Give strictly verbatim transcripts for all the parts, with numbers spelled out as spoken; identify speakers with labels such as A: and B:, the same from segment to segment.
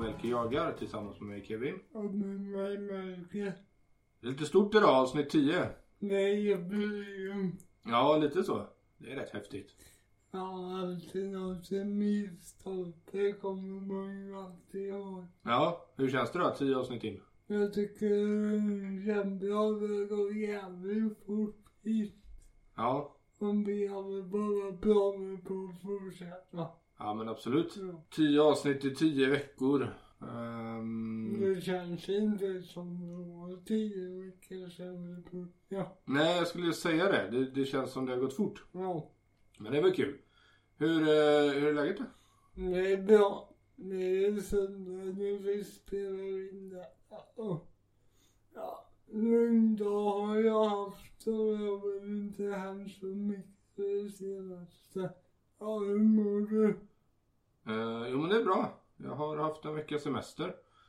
A: Melker jagar tillsammans med mig Kevin.
B: Och med mig Melker.
A: Det är lite stort idag, avsnitt tio.
B: Nej, jag blir...
A: Ja, lite så. Det är rätt häftigt.
B: Ja, alltid något som misstolk. Det kommer man ju alltid ihåg.
A: Ja, hur känns det då? Tio avsnitt in.
B: Jag tycker det känns bra. Det går jävligt fort hit.
A: Ja.
B: Om vi hade bara planer på att fortsätta.
A: Ja, men absolut.
B: Ja.
A: Tio avsnitt i tio veckor. Um...
B: Det känns inte som det var tio veckor sedan vi började. Ja.
A: Nej, jag skulle säga det. det. Det känns som det har gått fort.
B: Ja.
A: Men det är väl kul. Hur, uh, hur är läget då?
B: Det är bra. Det är söndag när vi spelar in det. Ja. Ja. Lugn dag har jag haft och jag har inte hänt så mycket det senaste. Ja, hur mår du?
A: Uh, jo, men det är bra. Jag har haft en veckas semester.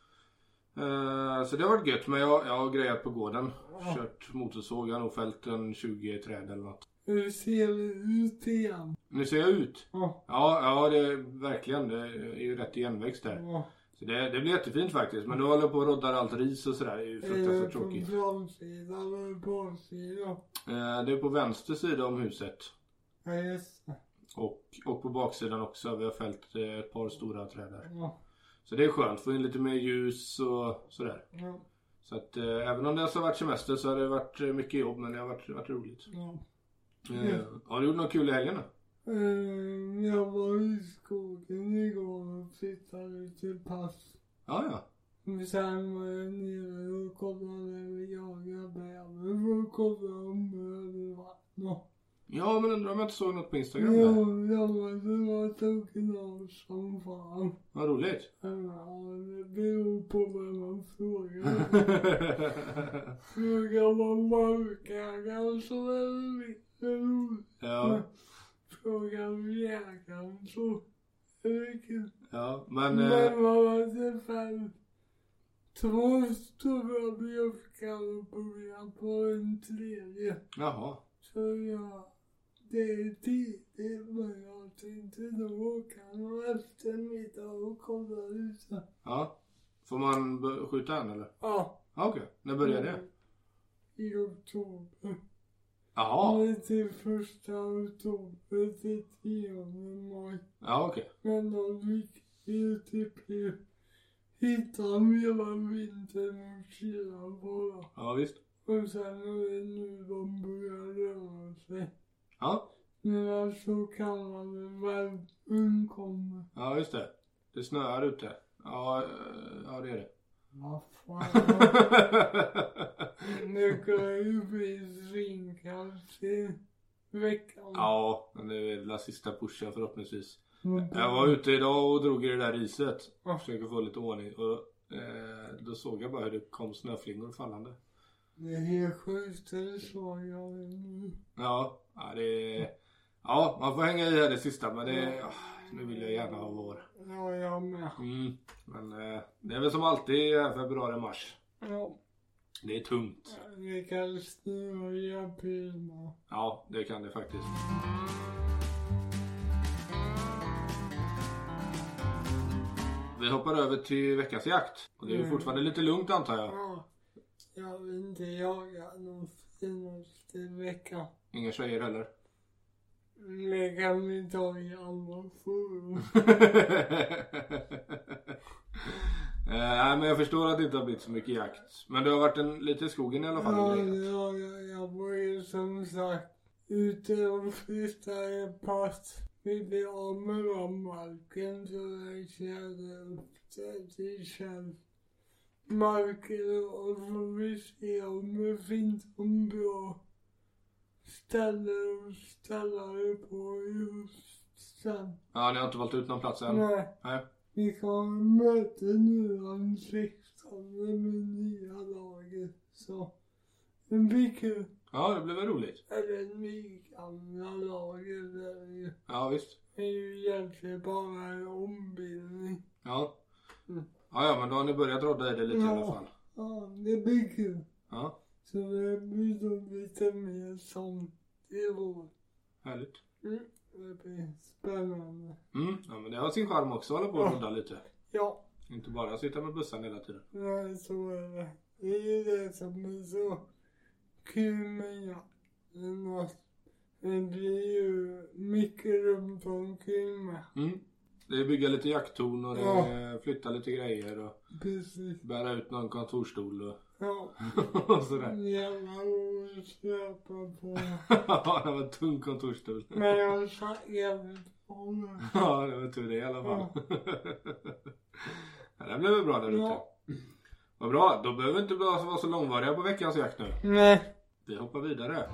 A: Uh, så det har varit gött. Men jag, jag har grejat på gården.
B: Ja.
A: Kört motorsåg. Jag har nog fällt en tjugo träd eller något.
B: Hur ser det ut igen?
A: Nu ser jag ut.
B: Ja.
A: Ja, ja det är verkligen. Det är ju rätt igenväxt där.
B: Ja.
A: Så det, det blir jättefint faktiskt. Men nu håller jag på och roddar allt ris och sådär. Det är ju fruktansvärt
B: Är
A: tråkigt.
B: det på framsidan eller baksidan?
A: Uh, det är på vänster sida om huset.
B: Ja, just det.
A: Och, och på baksidan också. Vi har fällt eh, ett par stora träd där.
B: Ja.
A: Så det är skönt. Få in lite mer ljus och sådär.
B: Ja.
A: Så att eh, även om det har varit semester så har det varit eh, mycket jobb. Men det har varit, varit roligt.
B: Ja.
A: Eh,
B: Ja.
A: Har du gjort något kul i helgen då?
B: Um, jag var i skogen igår och flyttade till pass.
A: Ja, ja.
B: Men sen var jag nere och kollade när vi jagade bäver för att kolla om det hade varit.
A: Ja, men undrar om jag inte såg något på Instagram
B: Ja,
A: där.
B: jag var, det var token av som fan.
A: Vad roligt.
B: Ja, det beror på vad man frågar. Frågar man markägaren så är det lite roligt.
A: Ja,
B: Frågar jägaren så är det kul.
A: ja, men... Eh,
B: Men man hade fem, två stora björkar och började på en tredje.
A: jaha.
B: Så ja, det är tidigt men jag tänkte då åka någon eftermiddag och kolla ute.
A: Ja. Får man b- skjuta en eller?
B: Ja.
A: Ja, okej. När börjar det?
B: I oktober.
A: Jaha.
B: Det är till första oktober till tionde maj.
A: Ja, okej.
B: Men de fick ju typ hitta hela vintern och chilla bara.
A: Ja, visst.
B: Och sen är det nu de börjar röra sig.
A: Ja.
B: När så kallade värmen kommer.
A: Ja, just det. Det snöar ute. Ja, eh, ja det är det.
B: Vad fan. Nu kan ju bli svinkallt i veckan.
A: Ja, men det är la sista pushen förhoppningsvis.
B: Mm.
A: Jag var ute idag och drog i det där riset.
B: Ja.
A: Försöker få lite ordning. Och eh, då såg jag bara hur det kom snöflingor fallande.
B: Det är helt sjukt, det sa jag nu.
A: Ja, ja, det är... Ja, man får hänga i här det sista. Men det är... Ja, nu vill jag gärna ha vår.
B: Ja, jag med.
A: Mm, men eh, det är väl som alltid i februari-mars.
B: Ja,
A: Det är tungt.
B: det kan snöa i april med.
A: Ja, det kan det faktiskt. Vi hoppar över till veckans jakt. Och det är ju fortfarande lite lugnt antar jag.
B: Ja, jag vill inte jaga någon senaste veckan.
A: Inga tjejer heller.
B: Det kan vi ta i andra forum.
A: Nej, men jag förstår att det inte har blivit så mycket jakt. Men det har varit en, lite i skogen i alla fall.
B: Ja, ja, ja, jag var ju som sagt ute och flyttade ett pass. Vi blev av med den marken så jag körde upp det till Kjell. Marken och så vi se om det finns en bra ställe att ställa det på just sen.
A: Ja, ni har inte valt ut någon plats än?
B: Nej.
A: Nej.
B: Vi kan möta nu den sextonde med nya laget så det blir kul.
A: Ja, det blir väl roligt.
B: Eller nygamla laget där ju.
A: Ja, visst.
B: Det är ju egentligen bara en ombildning.
A: Ja.
B: Mm.
A: Ja, ja, men då har ni börjat rodda i det lite
B: Ja.
A: i alla fall.
B: Ja, det blir kul.
A: Ja,
B: Så det blir då lite mer som i år.
A: härligt.
B: Mm. Det blir spännande.
A: Mm, ja men det har sin charm också att hålla på och rodda lite.
B: Ja.
A: Inte bara sitta med bussen hela tiden.
B: Nej, så är det. Det är ju det som är så kul med jakten. Att det blir ju mycket runt omkring med.
A: Mm. Det är bygga lite jakttorn och
B: Ja.
A: det flytta lite grejer och
B: Precis.
A: bära ut någon kontorstol och,
B: Ja.
A: och sådär.
B: Jävlar vad att släpa på.
A: Ja, det var en tung kontorstol.
B: Men jag satt jävligt på det.
A: Ja, det var tur det i alla fall. Ja, det blev väl bra där ute.
B: Ja.
A: Vad bra, då behöver vi inte vara så långvariga på veckans jakt nu.
B: Nej.
A: Vi hoppar vidare.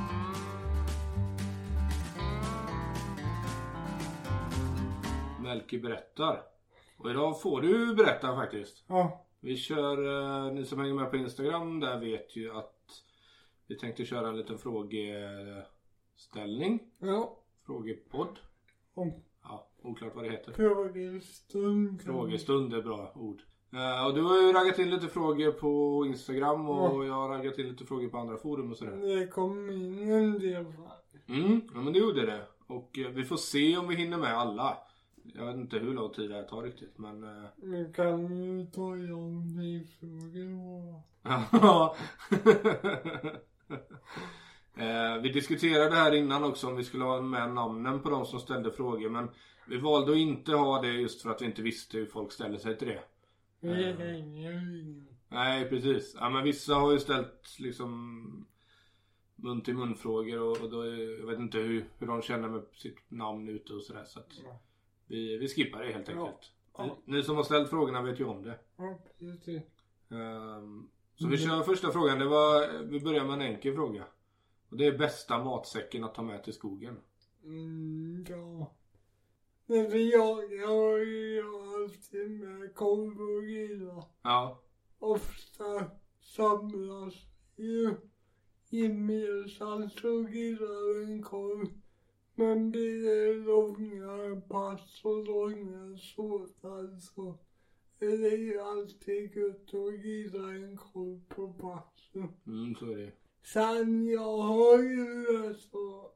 A: Melke berättar. Och idag får du berätta faktiskt.
B: Ja.
A: Vi kör, eh, ni som hänger med på Instagram där vet ju att vi tänkte köra en liten frågeställning.
B: Ja.
A: Frågepodd.
B: Om
A: Ja, oklart vad det heter.
B: frågestund.
A: Frågestund är bra ord. Uh, och du har ju raggat in lite frågor på Instagram och
B: Ja.
A: jag har raggat in lite frågor på andra forum och sådär.
B: Det kom in en del fall.
A: Mm, ja men det gjorde det. Och uh, vi får se om vi hinner med alla. Jag vet inte hur lång tid det här tar riktigt men... Uh...
B: Nu kan ju ta om vi frågor.
A: Ja. uh, vi diskuterade här innan också om vi skulle ha med namnen på de som ställde frågor. Men vi valde att inte ha det just för att vi inte visste hur folk ställer sig till det.
B: Det hänger ju ingen.
A: Nej, precis. Ja, men vissa har ju ställt liksom mun till munfrågor och, och då är, jag vet inte hur, hur de känner med sitt namn ute och sådär. Så att
B: Ja.
A: vi, vi skippar det helt enkelt.
B: Ja.
A: Ni, ni som har ställt frågorna vet ju om det.
B: Ja, precis.
A: Um, så vi kör första frågan. Det var, vi börjar med en enkel fråga. Och det är bästa matsäcken att ta med till skogen.
B: Mm, ja. Men för jag, jag har ju alltid med korv och grillar.
A: Ja.
B: Ofta samlas ju gemensamt och grillar en korv. Men blir det långa pass och långa såtar så är det ju alltid gött att grilla en korv på passen.
A: Mm, så är det.
B: Sen jag har ju så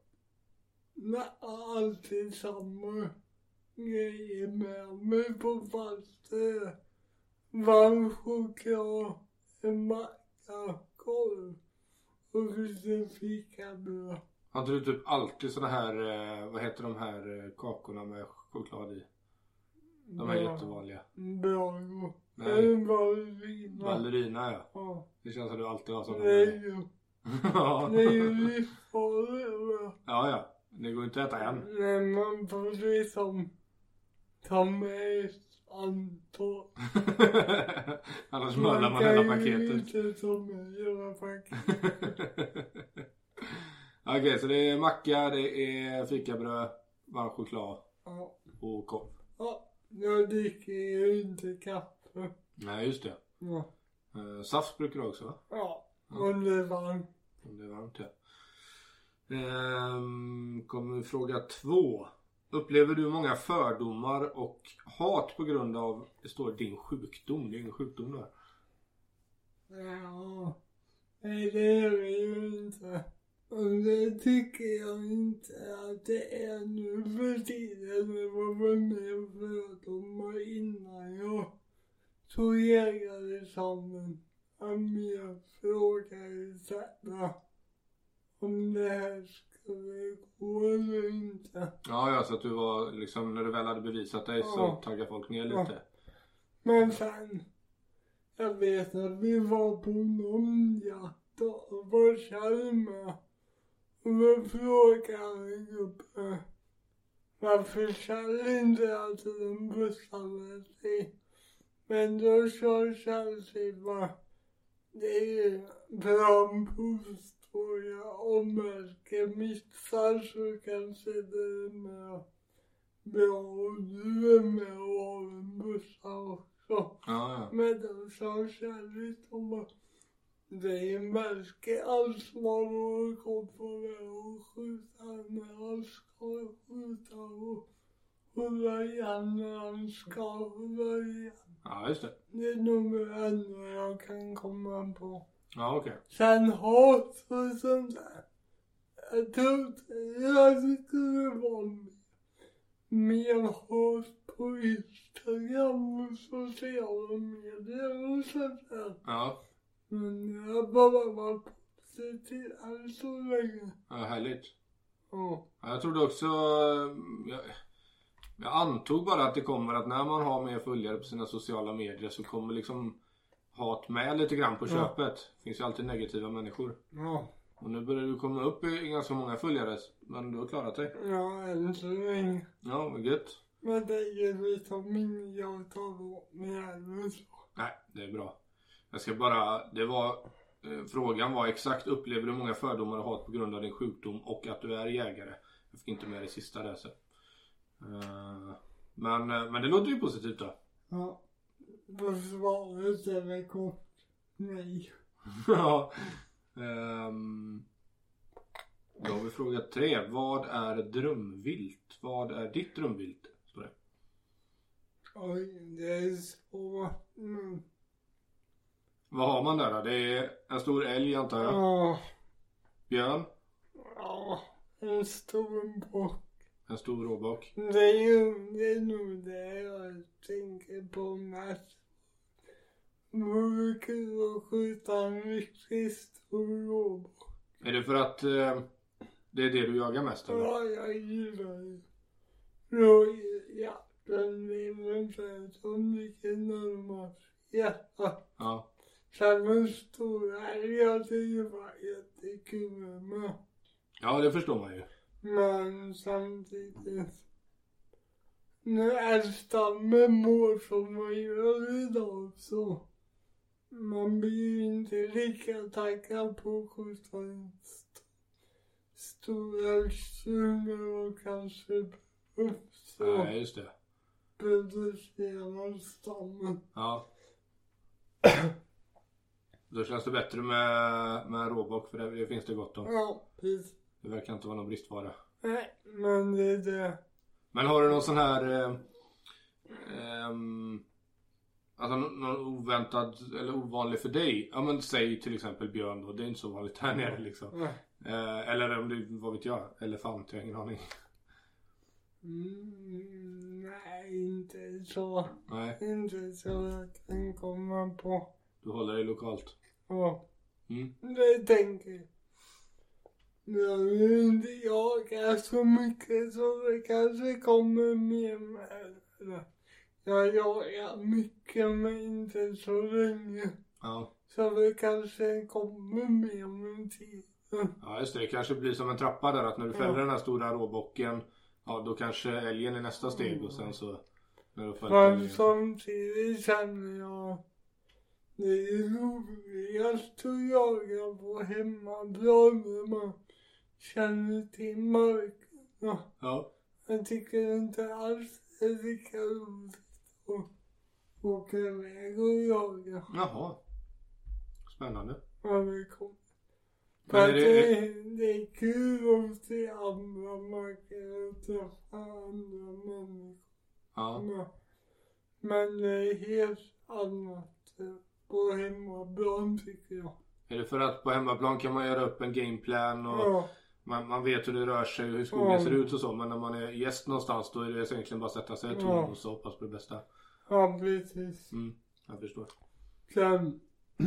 B: alltid samma grejer med mig på fast varm choklad, en macka, korv och lite fikabröd.
A: Har inte du typ alltid såna här, eh, vad heter de här eh, kakorna med choklad i? De är
B: Bra.
A: jättevanliga.
B: Bravo.
A: Nej.
B: En ballerina.
A: Ballerina, ja.
B: Ja.
A: Det känns som du alltid har sådana.
B: Det är ju,
A: Ja.
B: det är ju livsfarligt.
A: Ja, ja. Det går inte att äta en.
B: När man får liksom ta med ett antal.
A: Annars möllar man hela paketet.
B: Man kan ju inte ta med hela paketet.
A: Okej, okay, så det är macka, det är fikabröd, varm choklad
B: Ja.
A: och korv.
B: Ja, jag dricker ju inte kaffe.
A: Nej, just det.
B: Ja.
A: Uh, saft brukar du också, va?
B: Ja, om det är varmt.
A: Om det är varmt, ja. Um, kommer fråga två. Upplever du många fördomar och hat på grund av, det står din sjukdom, det är ingen sjukdom där.
B: Ja, nej det är det ju inte. Och det tycker jag inte att det är nu för tiden. Det var väl mer fördomar innan jag tog jägarexamen. Om jag frågade sätta om det här skulle gå eller inte.
A: Ja, ja, så att du var liksom, när du väl hade bevisat dig så
B: Ja.
A: taggade folk ner
B: Ja.
A: lite.
B: Men sen, jag vet att vi var på någon jakt och var Chalmar. Och då frågade en grupp varför Kjell inte hade en bussande sig. Men då sa Kjell sig bara, det är ju bra påstår jag. Om jag ska missa så kanske det är med bra och du är med och har en bussa också.
A: Ja, ja.
B: Men då sa Kjell liksom att det är en märke ansvar och gå på det och skjuta när han ska skjuta och hålla igen när han ska hålla igen.
A: Ja, just det.
B: Det är nog det enda jag kan komma på.
A: Ja, okej.
B: Sen hat och sånt där. Jag tror inte jag skulle vara med. mer hat på Instagram och sociala medier och sånt där.
A: Ja.
B: Men jag har bara varit positiv än så länge.
A: Ja, härligt.
B: Ja.
A: Ja, jag trodde också... Jag, jag antog bara att det kommer att när man har mer följare på sina sociala medier så kommer liksom hat med lite grann på köpet. Ja. Det finns ju alltid negativa människor.
B: Ja.
A: Och nu börjar du komma upp i ganska många följare. Men du har klarat dig.
B: Ja, än så länge.
A: Ja, vad gött.
B: Men det är liksom ingen jag tar åt mig eller så.
A: Nej, det är bra. Jag ska bara... Det var... Eh, frågan var exakt, upplever du många fördomar och hat på grund av din sjukdom och att du är jägare? Jag fick inte med det sista där så. Uh, men, men det låter ju positivt då.
B: Ja. Då svaret är väl kort nej.
A: Ja. um, då har vi fråga tre. Vad är drömvilt? Vad är ditt drömvilt? Står det.
B: Oj, det är så. Mm.
A: Vad har man där då? Det är en stor älg antar jag.
B: Ja.
A: Björn?
B: Ja, en stor bock.
A: En stor råbock.
B: Det är ju det är nog det jag tänker på mest. Vore kul att skjuta en riktigt stor råbock.
A: Är det för att eh, det är det du jagar mest eller?
B: Ja, jag gillar det. Råjakten eventuellt som ligger närmast hjärtat.
A: Ja.
B: Sen den stora älgar det ju var jättekul med.
A: Ja, det förstår man ju.
B: Men samtidigt, nu älgstammen mår som man gör idag så man blir ju inte lika taggad på att skjuta en st- stor älgsunge och kanske behövs så
A: Ja, just det.
B: producera stammen.
A: Ja. Då känns det bättre med, med råbock för det, det finns det gott om.
B: Ja, precis.
A: Det verkar inte vara någon bristvara.
B: Nej, men det är det.
A: Men har du någon sån här eh, eh, alltså någon, någon oväntad eller ovanlig för dig? Ja men säg till exempel björn då. Det är inte så vanligt här nere liksom. Eh, eller om det, vad vet jag, elefant, jag har ingen aning.
B: Mm, nej, inte så.
A: Nej.
B: Inte så jag kan komma på.
A: Du håller dig lokalt.
B: Ja,
A: Mm.
B: det tänker jag. Jag vill inte jaga så mycket så det kanske kommer mer med det. Jag jagar mycket men inte så länge.
A: Ja.
B: Så det kanske kommer mer med tiden.
A: Ja just det, det kanske blir som en trappa där att när du fäller
B: Ja.
A: den här stora råbocken, ja då kanske älgen är nästa steg
B: Mm.
A: och sen så när du får
B: Men samtidigt känner jag det är roligast att jaga på hemmaplan när man känner till marken.
A: Ja.
B: Jag tycker inte alls det är lika roligt att åka iväg och jaga.
A: Jaha. Spännande.
B: Ja, det kommer.
A: Men
B: För
A: är
B: att
A: det-
B: det, är- det är kul att se andra marker och träffa andra människor.
A: Ja.
B: Men, men det är helt annat på hemmaplan tycker jag.
A: Är det för att på hemmaplan kan man göra upp en gameplan och
B: Ja,
A: man, man vet hur det rör sig och hur skogen
B: Ja.
A: ser ut och så. Men när man är gäst någonstans då är det egentligen bara att sätta sig i ett
B: Ja.
A: torn och så hoppas på det bästa.
B: ja precis.
A: Mm, jag förstår.
B: Sen,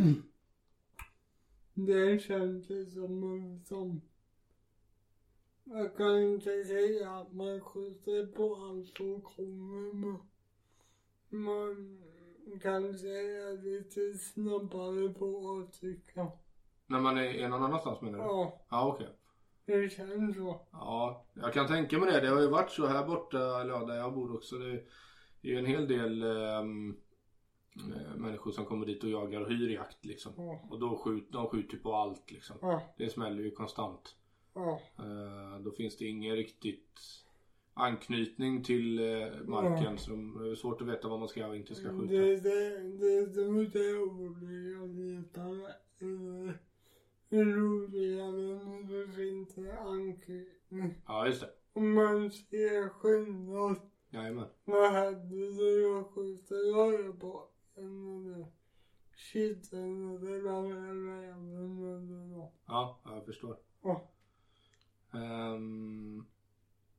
B: det känns det som en som, jag kan inte säga att man skjuter på allt som kommer men man kanske är lite snabbare på att tycka.
A: När man är, är någon annanstans menar du?
B: Ja,
A: Ja okej.
B: det känns så.
A: Ja, jag kan tänka mig det. Det har ju varit så här borta, eller ja, där jag bor också. Det är ju en hel del ehm, eh, människor som kommer dit och jagar och hyr jakt liksom.
B: Ja,
A: Och då skjuter de skjuter på allt liksom.
B: ja,
A: Det smäller ju konstant.
B: ja.
A: Eh, då finns det ingen riktigt anknytning till eh, marken.
B: Ja.
A: Så det är svårt att veta vad man ska och inte ska skjuta.
B: Det, det, det, det är det roliga letar efter. Det är roligare när det finns en anknytning.
A: Ja, just det.
B: Om man ser skillnad.
A: Jajamän.
B: Vad hade du jag skjuter röjbaken eller kitteln eller vad räven eller något.
A: Ja, jag förstår.
B: Ja.
A: Ehm,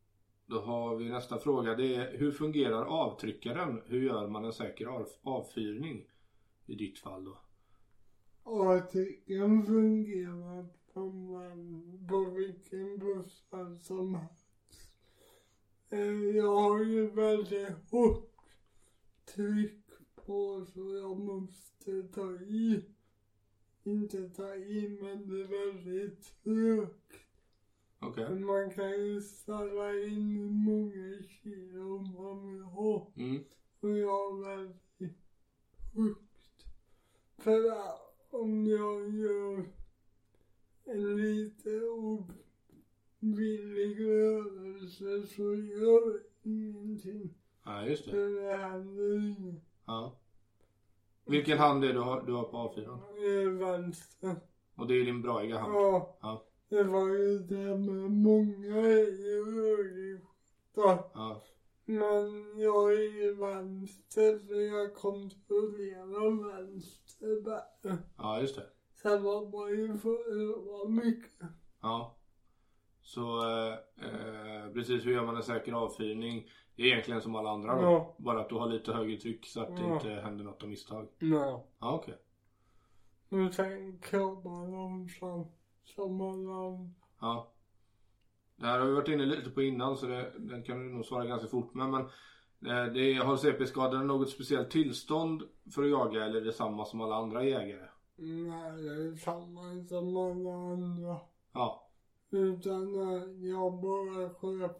A: Då har vi nästa fråga. Det är, hur fungerar avtryckaren? Hur gör man en säker av, avfyrning? I ditt fall då.
B: Avtryckaren fungerar på, man, på vilken bussar som helst. Jag har ju väldigt hårt tryck på så jag måste ta i. Inte ta i, men det är väldigt trögt.
A: Okej. Okay.
B: Man kan ju ställa in hur många kilo man vill ha.
A: Mm.
B: Och jag har väldigt högt. För att om jag gör en lite ovillig rörelse så gör det ingenting.
A: Ja, just det.
B: För det händer inget.
A: Ja. Vilken hand är du har, du har på A fyra?
B: Det är vänster.
A: Och det är din braiga hand?
B: Ja.
A: Ja.
B: Det var ju det med många i rörelser.
A: Ja.
B: Men jag är ju vänster så jag kontrollerar vänster bättre.
A: Ja, just det.
B: Sen var man ju för öva mycket.
A: Ja. Så eh, precis, hur gör man en säker avfyrning? Det är egentligen som alla andra då.
B: Ja.
A: Bara att du har lite högre tryck så att
B: Ja.
A: det inte händer något av misstag.
B: Ja.
A: Ja, okej.
B: Okay. Och sen krabbar de som, som alla andra.
A: Ja. Det här har vi varit inne lite på innan så det, den kan du nog svara ganska fort med. Men eh, det är, har C P-skadade något speciellt tillstånd för att jaga eller är det samma som alla andra jägare?
B: Nej, det är samma som alla andra.
A: Ja.
B: Utan att jag bara sköt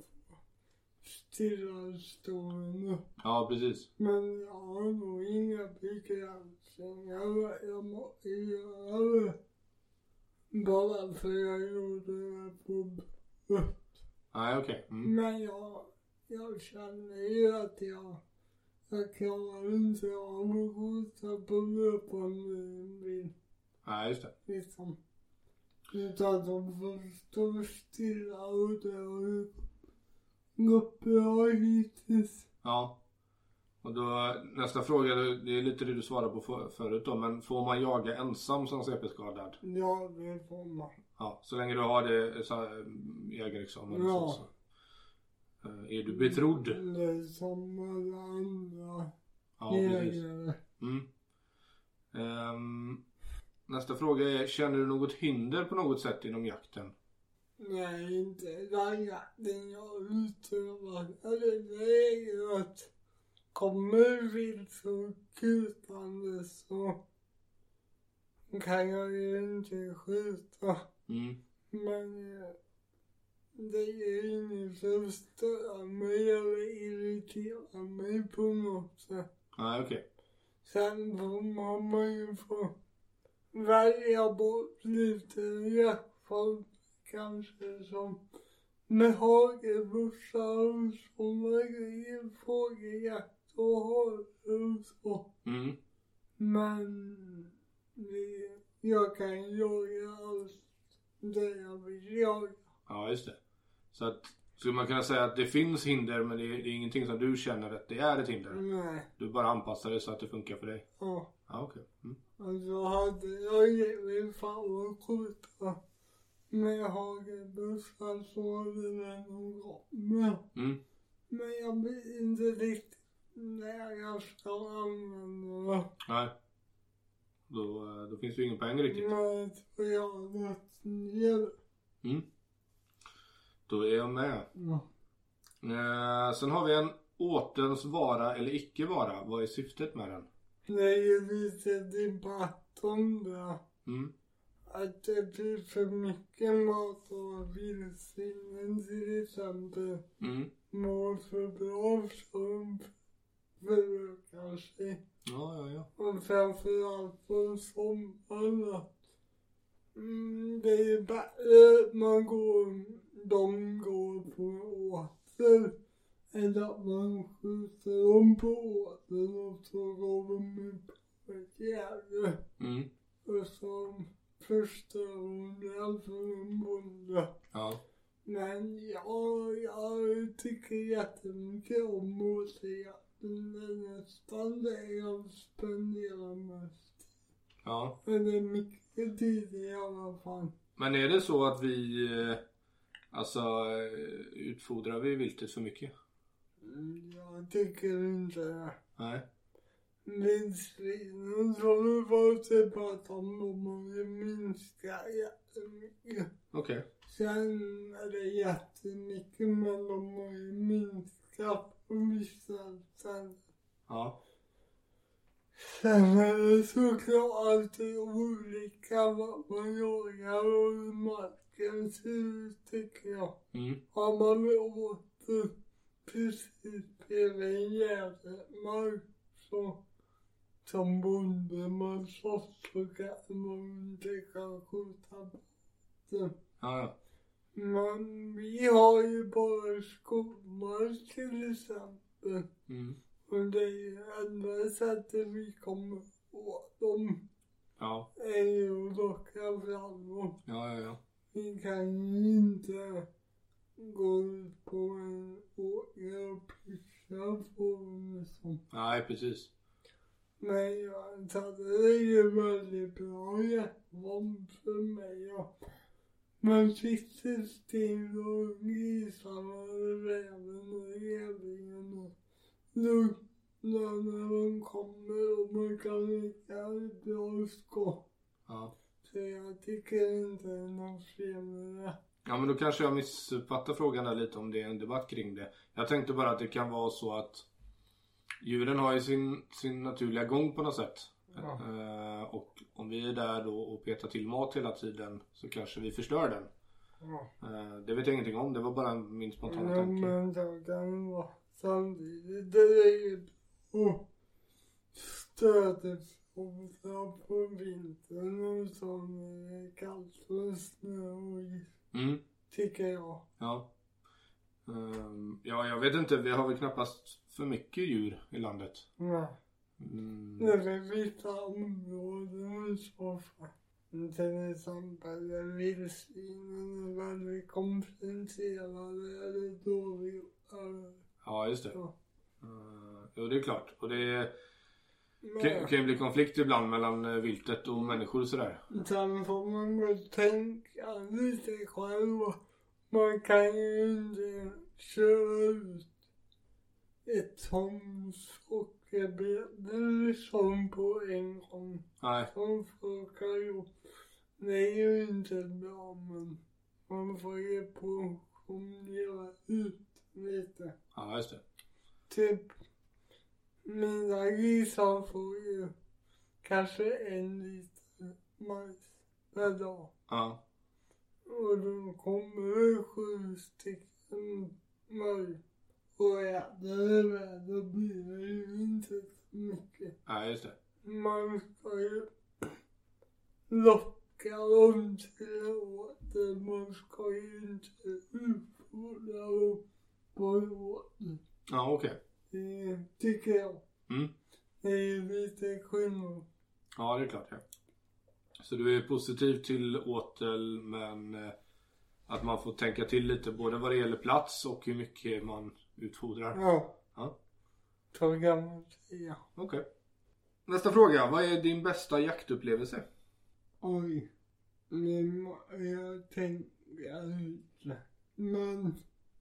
B: stillastående.
A: Ja, precis.
B: Men jag har nog inga begränsningar. Jag måste göra det. Bara för jag gjorde det på bröst.
A: Nej, okej. Okay. Mm.
B: Men jag, jag känner ju att jag, jag klarar inte av att skjuta på löpande bil.
A: Nej, just det.
B: Liksom. Utan de får stå stilla och det har ju gått bra hittills.
A: Ja. Och då nästa fråga, det är lite det du svarade på för, förut då. Men får man jaga ensam som C P-skadad?
B: Ja, det får man.
A: Ja, så länge du har det så här, jägarexamen.
B: Ja.
A: Så, så. Är du betrodd?
B: Det är som alla andra
A: ja,
B: jägare.
A: Mm. Um, nästa fråga är, känner du något hinder på något sätt inom jakten?
B: Nej, inte den jakten jag utövar. Eller det är ju att kommer vilt så kutande så kan jag ju inte skjuta.
A: Mm.
B: Men det är inget som stör mig eller irriterar mig på något sätt.
A: Nej, okej. Okay.
B: Sen får man, man ju få välja bort lite jaktfolk kanske som med hagelbussar och sådana grejer, fågeljakt och hare och så.
A: Mm.
B: Men det, jag kan jaga allt det jag vill jaga.
A: Ja, just det. Så att, skulle man kunna säga att det finns hinder men det är, det är ingenting som du känner att det är ett hinder?
B: Nej.
A: Du bara anpassar det så att det funkar för dig?
B: Ja.
A: Ja, okej. Okay. Mm.
B: Alltså hade jag gett fan att skjuta med hagelbussar så hade det nog gått med.
A: Mm.
B: Men jag vet inte riktigt när jag ska använda det.
A: Nej. Då, då finns det ju ingen poäng riktigt.
B: Nej, tror jag rätt ner.
A: Mm. Då är jag med.
B: Ja.
A: Eh, sen har vi en återns vara eller icke vara. Vad är syftet med den?
B: Det är ju lite debatt om det.
A: Mm.
B: Att det blir för mycket mat och vildsvinen till exempel.
A: Mm.
B: Mår för bra som förökar sig.
A: Ja, ja, ja.
B: Och framförallt på sommaren. Mm, det är bättre att man går, de går på åter. Än att man skjuter dem på åter och så går de upp på ett jävla.
A: Mm.
B: Och så förstör hon det för en bonde.
A: Ja.
B: Men ja, jag tycker jättemycket om att se att det är nästan det jag spenderar mest.
A: Ja.
B: Men det är mycket tid i alla fall.
A: Men är det så att vi, Alltså, utfodrar vi viltet för mycket?
B: Jag tycker inte det.
A: Nej.
B: Vildsvinen som vi var pratat om, de har ju minskat jättemycket.
A: Okej. Okay.
B: Sen är det jättemycket, men de har ju minskat på vissa ställen.
A: Ja.
B: Sen är det såklart alltid olika vad man jagar och hur marken ser ut, tycker jag.
A: Mm.
B: Har man åter precis bredvid Gärdemark så som bonde man slåss så kan man inte kan skjuta bort den.
A: Ja, ja.
B: Men vi har ju bara skogar till exempel.
A: Mm.
B: Och det är ju enda sättet vi kommer åt dem.
A: Ja.
B: Är ju att locka fram dem.
A: Ja, ja, ja.
B: Vi kan ju inte gå ut på en åker och pyssla på dem som.
A: Nej, precis.
B: Men jag tänkte det är ju väldigt bra hjärtvarm för mig. Ja. Man sitter still och grisarna och räven och rävingen och lugna när man kommer och man kan lägga ett bra skott.
A: Ja.
B: Så jag tycker inte det är något fel med det.
A: Ja, men då kanske jag missuppfattar frågan där lite om det är en debatt kring det. Jag tänkte bara att det kan vara så att djuren har ju sin, sin naturliga gång på något sätt. Ja. Uh, och om vi är där då och petar till mat hela tiden så kanske vi förstör den.
B: Ja.
A: Uh, det vet jag ingenting om, det var bara min spontana
B: ja,
A: tanke.
B: Men då kan vara samtidigt. Det är ju och stödet på vintern och som är kallt och snö och is.
A: Mm.
B: Tycker jag.
A: Ja. Um, ja, jag vet inte, vi har väl knappast för mycket djur i landet.
B: Nej.
A: Mm.
B: Det är vissa områden i så fall. Till exempel vildsvinen är väldigt kompenserade eller dåliga.
A: Ja, just det.
B: Ja.
A: Uh, jo, det är klart. Och det
B: Men,
A: kan, kan ju bli konflikt ibland mellan viltet och människor och sådär.
B: Sen får man väl tänka lite själv. Man kan ju inte köra ut ett ton sockerbete som på en gång.
A: Nej.
B: Som folk har gjort. Det är ju inte bra, men man får ju portionera ut lite.
A: Ja, just det.
B: Typ, mina grisar får ju kanske en liter majs per dag.
A: Ja.
B: Och då kommer det sju stycken majs. Och äter det med, då blir det ju inte så mycket.
A: Ja, just det.
B: Man ska ju locka dem till åter. Man ska ju inte utfodra dem på åter.
A: Ja, okej. Okay.
B: Det tycker jag.
A: Mm.
B: Det är ju lite skillnad.
A: Ja, det är klart, ja. Så du är positiv till åtel, men eh, att man får tänka till lite både vad det gäller plats och hur mycket man utfodrar.
B: Ja.
A: Ja.
B: Så kan man säga.
A: Okej. Okay. Nästa fråga. Vad är din bästa jaktupplevelse?
B: Oj. Nu jag tänker lite. Men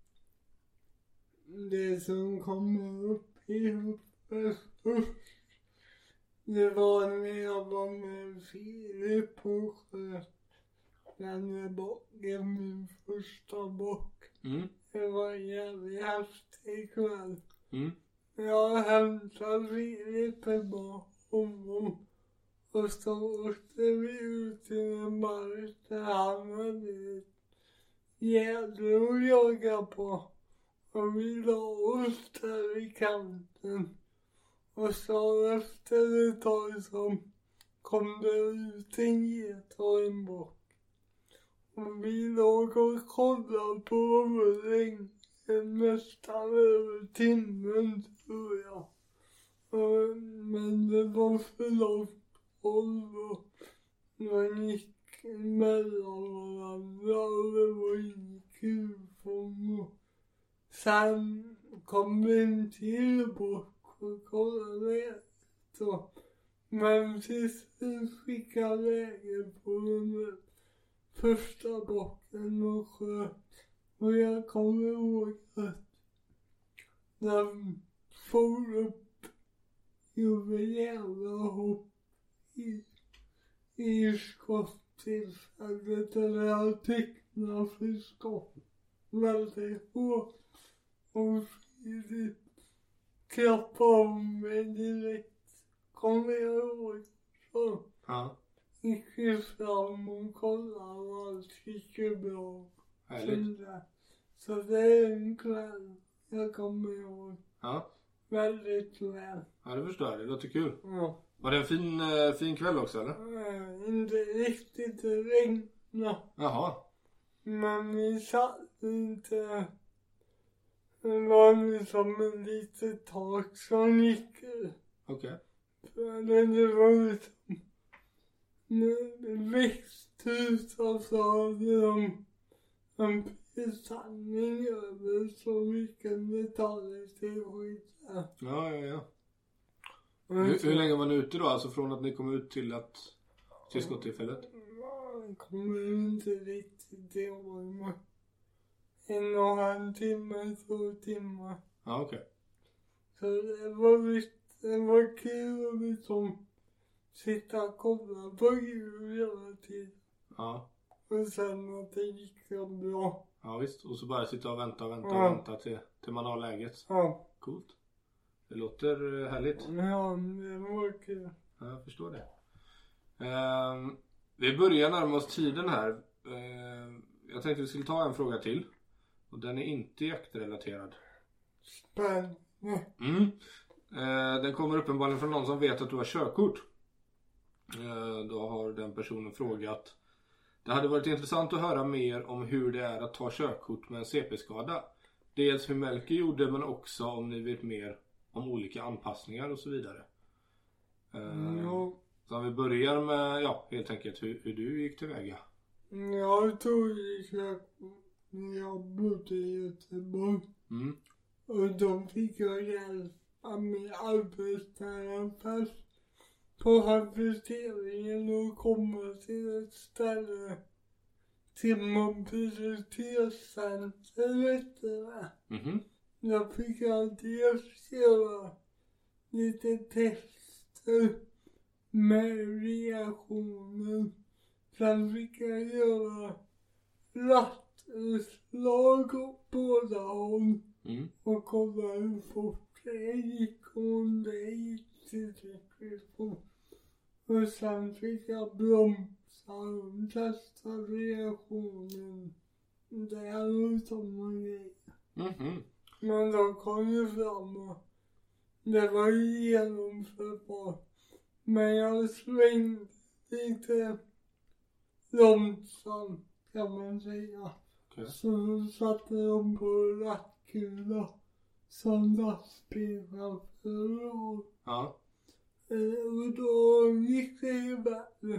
B: det som kommer upp i huvudet först. Det var när jag var med Filip på sköt. Den bocken, min första bock.
A: Mm.
B: Det var en jävligt häftig kväll.
A: Mm.
B: Jag hämtade Filip på honom. Och så åkte vi ut till en mark där han hade ett gädre att jaga på. Och vi la oss där i kanten. Och så efter ett tag så kom det ut en get och en bock. Och vi låg och kollade på dem länge, nästan över timmen tror jag. Och, men det var för långt håll och man gick mellan varandra och det var ingen kulfång. Och sen kom det en till bock och kollade så. Men sist fick jag läge på den där första bocken och sköt Och jag kommer ihåg att de får upp jubileumhopp i, i skottillfället. Eller jag tecknar för skott väldigt hårt. Och Filip klappade om mig direkt. Kommer jag ihåg så.
A: Ja.
B: Gick ju fram och kollade och allt gick ju bra.
A: Härligt.
B: Så det är en kväll jag kommer ihåg
A: Ja.
B: väldigt väl.
A: Ja, det förstår jag. Det låter kul.
B: Ja.
A: Var det en fin, eh, fin kväll också, eller?
B: Äh, inte riktigt regna.
A: Jaha.
B: Men vi satt inte. Det var liksom en litet tak som gick.
A: Okej.
B: För det var liksom växthus och så hade de en presenning över så vi kunde ta det till skydda.
A: Ja, ja, ja. Hur, hur länge var ni ute då? Alltså från att ni kom ut till att till skottillfället?
B: Jag kommer inte riktigt ihåg. En och en halv timme, två timmar.
A: Ja, okej. Okay.
B: Så det var, det var kul att liksom sitta och kolla på djur hela tiden.
A: Ja.
B: Och sen att det gick så bra.
A: Ja, visst. Och så bara sitta och vänta och vänta
B: ja.
A: och vänta till, till man har läget.
B: Ja.
A: Coolt. Det låter härligt.
B: Ja, det var kul.
A: Ja, jag förstår det. Uh, vi börjar närma oss tiden här. Uh, jag tänkte vi skulle ta en fråga till. Och den är inte jaktrelaterad.
B: Spännande.
A: Mm. Uh, den kommer uppenbarligen från någon som vet att du har körkort. Uh, då har den personen frågat. Det hade varit intressant att höra mer om hur det är att ta körkort med en C P-skada. Dels hur Melker gjorde, men också om ni vet mer om olika anpassningar och så vidare. Uh,
B: ja.
A: Så om vi börjar med, ja, helt enkelt hur, hur du gick tillväga.
B: Jag tog körkort när jag bodde i Göteborg.
A: Mm.
B: Och då fick jag hjälp av min arbetsterapeut på habiliteringen och komma till ett ställe till mobilitetscenter, vet du va?
A: Mhm.
B: Då fick jag dels göra lite tester med reaktioner. Sen fick jag göra rattutslag åt båda håll.
A: Mm.
B: Och kolla hur fort det gick och om det gick tillräckligt fort. Och sen fick jag bromsa och testa reaktionen där och sådana grejer.
A: Mhm.
B: Men då kom ju fram och det var genomförbart. Men jag svängde lite långsamt kan man säga.
A: Okay.
B: Så satte de på rattkula som lastbilschaufför och,
A: Ja.
B: och då gick det ju bättre.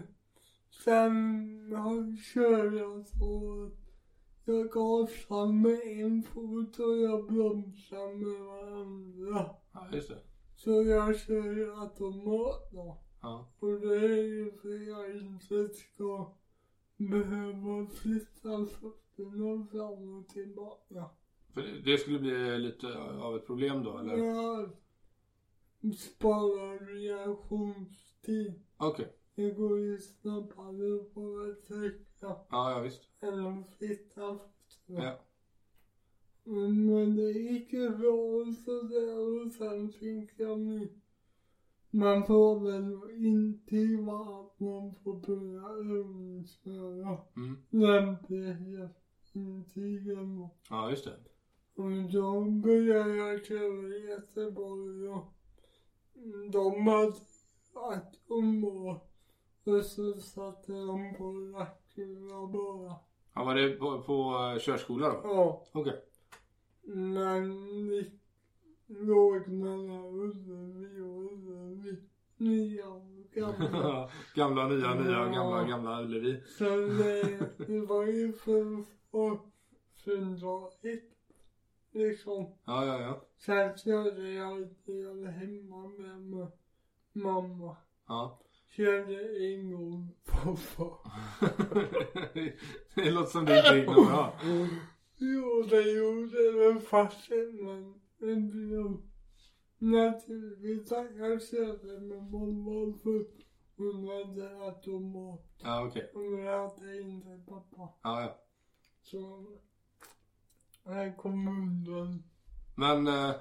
B: Sen körde jag så att jag gasade med en fot och jag bromsade med varandra.
A: Ja, just det.
B: Så jag kör automat då.
A: Ja.
B: Och det är ju för jag inte ska behöva flytta fötterna fram och tillbaka.
A: För det skulle bli lite av ett problem då, eller?
B: Ja, spara reaktionstid.
A: Okej. Okay.
B: Det går ju snabbare på att trycka.
A: Ja, ja visst.
B: Än att flytta fötterna.
A: Ja.
B: Men det gick ju bra och sådär och sen fick jag mig. Man får väl intyga att man får börja övningsköra.
A: Mm.
B: Lämplighetsintygen.
A: Ja, just det.
B: Och då började jag köra i Göteborg och de hade att umgå. Och så satte de på racklarna bara.
A: Ja, var det på, på körskola då?
B: Ja.
A: Okej. Okay.
B: Men vi låg mellan Ullevi och Ullevi. Nya och gamla.
A: Gamla, nya, nya, gamla, gamla Ullevi.
B: Så det, det var ju för att få fundraget. Liksom.
A: Ja, ja, ja.
B: Sen körde jag en del hemma med, med mamma.
A: Ja.
B: Körde en gång pappa.
A: Det låter som din egna bra.
B: Jo, det gjorde det farsen, men det blev naturligtvis att jag körde med mamma för hon hade automat.
A: Ja, okej.
B: Och jag hade inte pappa.
A: Ja, ja.
B: Så jag kom undan.
A: Men eh,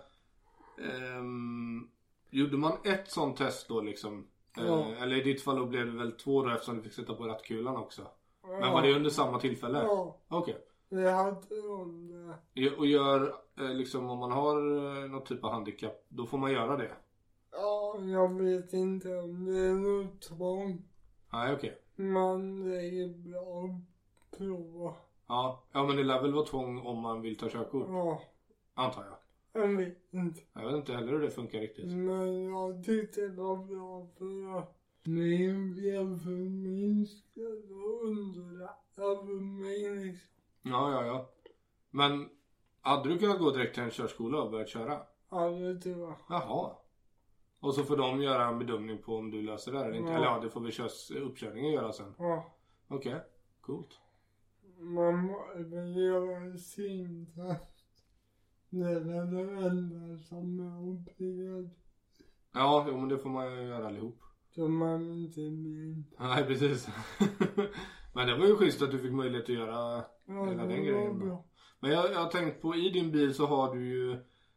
A: ehm, gjorde man ett sånt test då liksom? Eh,
B: Ja.
A: Eller i ditt fall då blev det väl två då eftersom du fick sätta på rattkulan också.
B: Ja.
A: Men var det under samma tillfälle?
B: Ja,
A: Okej.
B: det hade hon det.
A: Ja, och gör eh, liksom om man har eh, något typ av handikapp, då får man göra det?
B: Ja, jag vet inte om det är något tvång.
A: Nej, okej.
B: Men det är bra att prova.
A: Ja. ja, men det lär väl vara tvång om man vill ta körkort,
B: Ja,
A: antar jag.
B: jag vet inte.
A: Jag vet inte heller hur det funkar riktigt.
B: Men jag tyckte det var bra för att min blev förminskad och underlättad för mig liksom.
A: Ja, ja, ja. Men hade du kunnat gå direkt till en körskola och börjat köra?
B: Ja, det tror jag.
A: Jaha. Och så får de göra en bedömning på om du löser det eller inte.
B: Ja.
A: Eller ja, det får vi körs, uppkörningen göra sen.
B: Ja,
A: Okej, okay. Coolt.
B: man måste väl göra en syntest. Det är väl det enda som är obligatorisk.
A: Ja, jo, men det får man ju göra allihop.
B: Så man inte blir...
A: Nej, precis. Men det var ju schysst att du fick möjlighet att göra
B: Ja,
A: hela
B: det
A: den
B: var
A: grejen.
B: bra.
A: Men jag, jag har tänkt på, i din bil så har du ju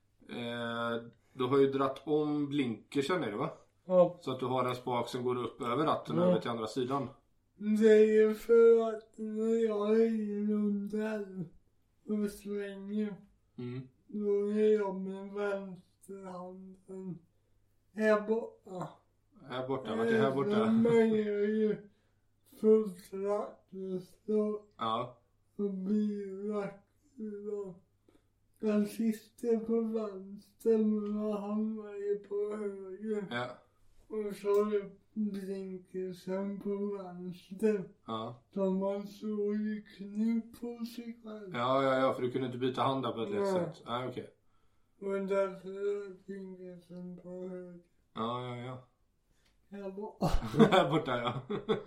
A: eh, du har ju dratt om blinkersen är det va?
B: Ja,
A: Så att du har en spak som går upp över ratten
B: Ja.
A: över till andra sidan.
B: det är ju för att när jag är i rondell och svänger,
A: Mm.
B: då är jag med vänsterhanden här borta.
A: Här borta, vart är här borta?
B: Man är ju fullt rattlös
A: Ja,
B: och blir rattlös. Den sitter på vänster men jag hamnar ju på höger.
A: ja,
B: Och så är blinkersen på vänster.
A: ja.
B: Så man slår ju knut på sig själv.
A: Ja, ja, ja, för du kunde inte byta hand där på ett lätt
B: Nej.
A: sätt. Nej, okej.
B: Och därför är blinkersen på höger.
A: Ja, ja, ja.
B: Här borta.
A: Här borta, ja.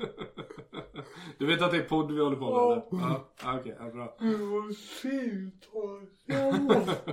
A: Du vet att det är podd vi håller på med,
B: Ja.
A: eller? Ja, ja okej, ja, bra.
B: Det var syltorr. Här borta.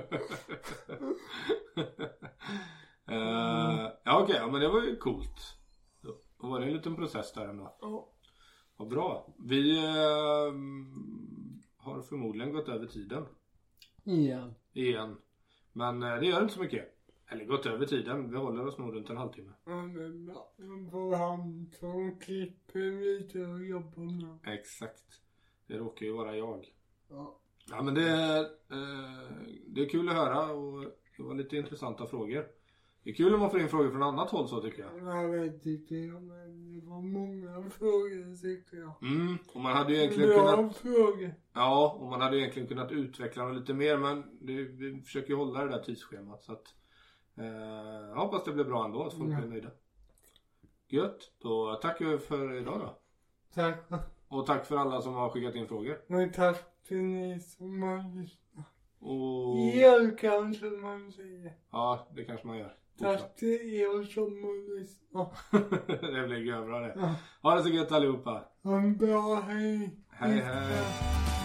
A: uh, ja, okej, ja, men det var ju coolt. Då var det en liten process där ändå.
B: Ja.
A: Vad bra. Vi uh, har förmodligen gått över tiden.
B: Igen.
A: Igen. Men uh, det gör inte så mycket. Eller gått över tiden. Vi håller oss nog runt en halvtimme.
B: Ja, det är bra. Man får han som klipper lite och jobbar med.
A: Exakt. Det råkar ju vara jag.
B: Ja.
A: Ja, men det är, uh, det är kul att höra och det var lite intressanta frågor. Det är kul om man får in frågor från annat håll så tycker jag.
B: Jag vet inte, men det var många frågor tycker jag.
A: Mm, och man hade ju egentligen
B: Bra
A: kunnat...
B: frågor.
A: Ja, och man hade egentligen kunnat utveckla dem lite mer, men det, vi försöker ju hålla det där tidsschemat så att eh, jag hoppas det blir bra ändå, att folk
B: Ja.
A: blir nöjda. Gött, då tackar vi för idag då.
B: Tack.
A: Och tack för alla som har skickat in frågor.
B: Och tack till ni som har lyssnat.
A: Och
B: Er kanske man säger.
A: ja, det kanske man gör.
B: Tack till er som har lyssnat.
A: Det blir bra det.
B: Ja.
A: Ha det så gött allihopa.
B: Ha en bra hej.
A: Hej hej.